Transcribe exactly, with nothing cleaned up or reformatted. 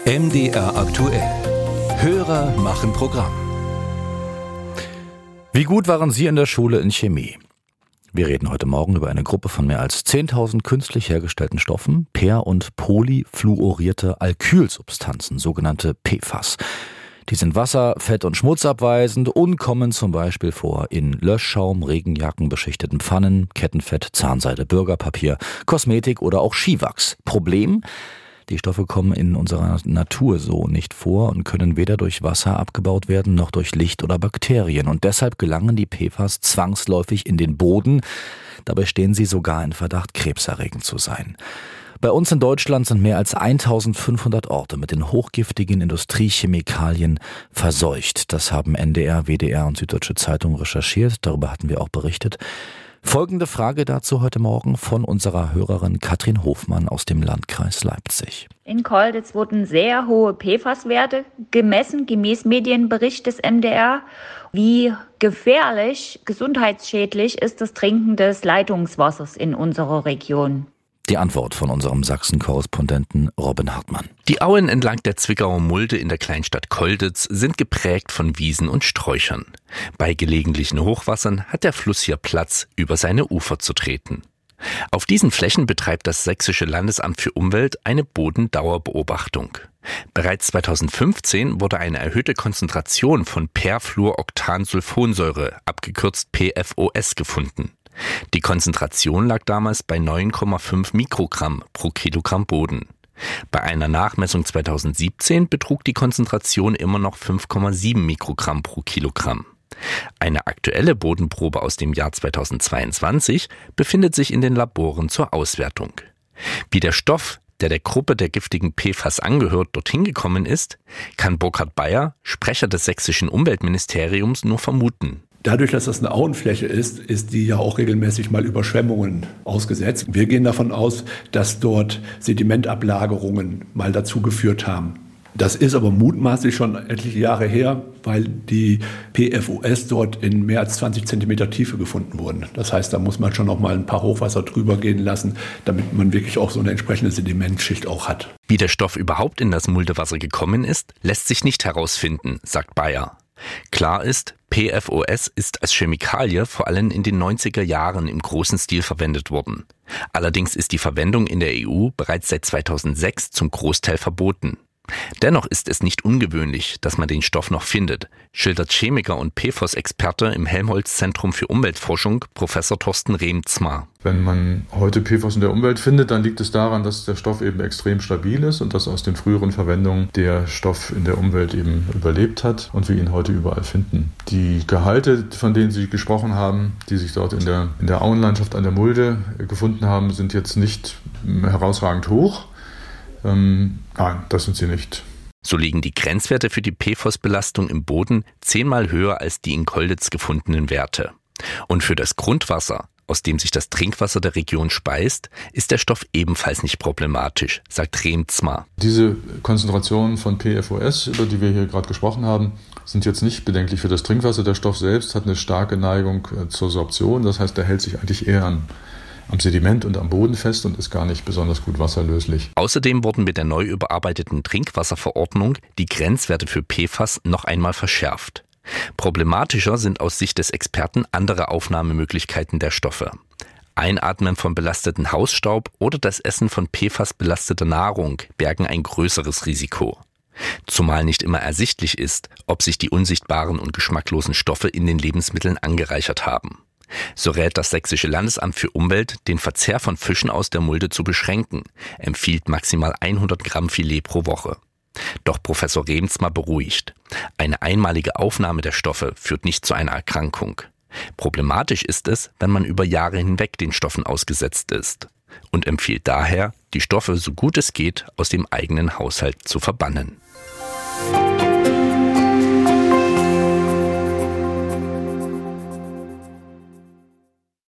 M D R aktuell. Hörer machen Programm. Wie gut waren Sie in der Schule in Chemie? Wir reden heute Morgen über eine Gruppe von mehr als zehntausend künstlich hergestellten Stoffen, per- und polyfluorierte Alkylsubstanzen, sogenannte P F A S. Die sind wasser-, fett- und schmutzabweisend und kommen zum Beispiel vor in Löschschaum, Regenjacken, beschichteten Pfannen, Kettenfett, Zahnseide, Bürgerpapier, Kosmetik oder auch Skiwachs. Problem? Die Stoffe kommen in unserer Natur so nicht vor und können weder durch Wasser abgebaut werden, noch durch Licht oder Bakterien. Und deshalb gelangen die P F A S zwangsläufig in den Boden. Dabei stehen sie sogar in Verdacht, krebserregend zu sein. Bei uns in Deutschland sind mehr als eintausendfünfhundert Orte mit den hochgiftigen Industriechemikalien verseucht. Das haben N D R, W D R und Süddeutsche Zeitung recherchiert. Darüber hatten wir auch berichtet. Folgende Frage dazu heute Morgen von unserer Hörerin Katrin Hofmann aus dem Landkreis Leipzig. In Kolditz wurden sehr hohe P F A S-Werte gemessen, gemäß Medienbericht des M D R. Wie gefährlich, gesundheitsschädlich ist das Trinken des Leitungswassers in unserer Region? Die Antwort von unserem Sachsen-Korrespondenten Robin Hartmann. Die Auen entlang der Zwickauer Mulde in der Kleinstadt Kolditz sind geprägt von Wiesen und Sträuchern. Bei gelegentlichen Hochwassern hat der Fluss hier Platz, über seine Ufer zu treten. Auf diesen Flächen betreibt das Sächsische Landesamt für Umwelt eine Bodendauerbeobachtung. Bereits zweitausendfünfzehn wurde eine erhöhte Konzentration von Perfluoroktansulfonsäure, abgekürzt P F O S, gefunden. Die Konzentration lag damals bei neun Komma fünf Mikrogramm pro Kilogramm Boden. Bei einer Nachmessung zweitausendsiebzehn betrug die Konzentration immer noch fünf Komma sieben Mikrogramm pro Kilogramm. Eine aktuelle Bodenprobe aus dem Jahr zweitausendzweiundzwanzig befindet sich in den Laboren zur Auswertung. Wie der Stoff, der der Gruppe der giftigen P F A S angehört, dorthin gekommen ist, kann Burkhard Bayer, Sprecher des sächsischen Umweltministeriums, nur vermuten. Dadurch, dass das eine Auenfläche ist, ist die ja auch regelmäßig mal Überschwemmungen ausgesetzt. Wir gehen davon aus, dass dort Sedimentablagerungen mal dazu geführt haben. Das ist aber mutmaßlich schon etliche Jahre her, weil die P F O S dort in mehr als zwanzig Zentimeter Tiefe gefunden wurden. Das heißt, da muss man schon noch mal ein paar Hochwasser drüber gehen lassen, damit man wirklich auch so eine entsprechende Sedimentschicht auch hat. Wie der Stoff überhaupt in das Muldewasser gekommen ist, lässt sich nicht herausfinden, sagt Bayer. Klar ist, P F O S ist als Chemikalie vor allem in den neunziger Jahren im großen Stil verwendet worden. Allerdings ist die Verwendung in der E U bereits seit zweitausendsechs zum Großteil verboten. Dennoch ist es nicht ungewöhnlich, dass man den Stoff noch findet, schildert Chemiker und P F O S-Experte im Helmholtz-Zentrum für Umweltforschung Professor Thorsten Remzma. Wenn man heute P F O S in der Umwelt findet, dann liegt es daran, dass der Stoff eben extrem stabil ist und dass aus den früheren Verwendungen der Stoff in der Umwelt eben überlebt hat und wir ihn heute überall finden. Die Gehalte, von denen Sie gesprochen haben, die sich dort in der, in der Auenlandschaft an der Mulde gefunden haben, sind jetzt nicht herausragend hoch. Ähm, nein, das sind sie nicht. So liegen die Grenzwerte für die P F O S-Belastung im Boden zehnmal höher als die in Kolditz gefundenen Werte. Und für das Grundwasser, aus dem sich das Trinkwasser der Region speist, ist der Stoff ebenfalls nicht problematisch, sagt Remzma. Diese Konzentrationen von P F O S, über die wir hier gerade gesprochen haben, sind jetzt nicht bedenklich für das Trinkwasser. Der Stoff selbst hat eine starke Neigung zur Sorption, das heißt, er hält sich eigentlich eher an am Sediment und am Boden fest und ist gar nicht besonders gut wasserlöslich. Außerdem wurden mit der neu überarbeiteten Trinkwasserverordnung die Grenzwerte für P F A S noch einmal verschärft. Problematischer sind aus Sicht des Experten andere Aufnahmemöglichkeiten der Stoffe. Einatmen von belasteten Hausstaub oder das Essen von P F A S-belasteter Nahrung bergen ein größeres Risiko. Zumal nicht immer ersichtlich ist, ob sich die unsichtbaren und geschmacklosen Stoffe in den Lebensmitteln angereichert haben. So rät das Sächsische Landesamt für Umwelt, den Verzehr von Fischen aus der Mulde zu beschränken, empfiehlt maximal hundert Gramm Filet pro Woche. Doch Professor Remzma beruhigt. Eine einmalige Aufnahme der Stoffe führt nicht zu einer Erkrankung. Problematisch ist es, wenn man über Jahre hinweg den Stoffen ausgesetzt ist, und empfiehlt daher, die Stoffe so gut es geht aus dem eigenen Haushalt zu verbannen.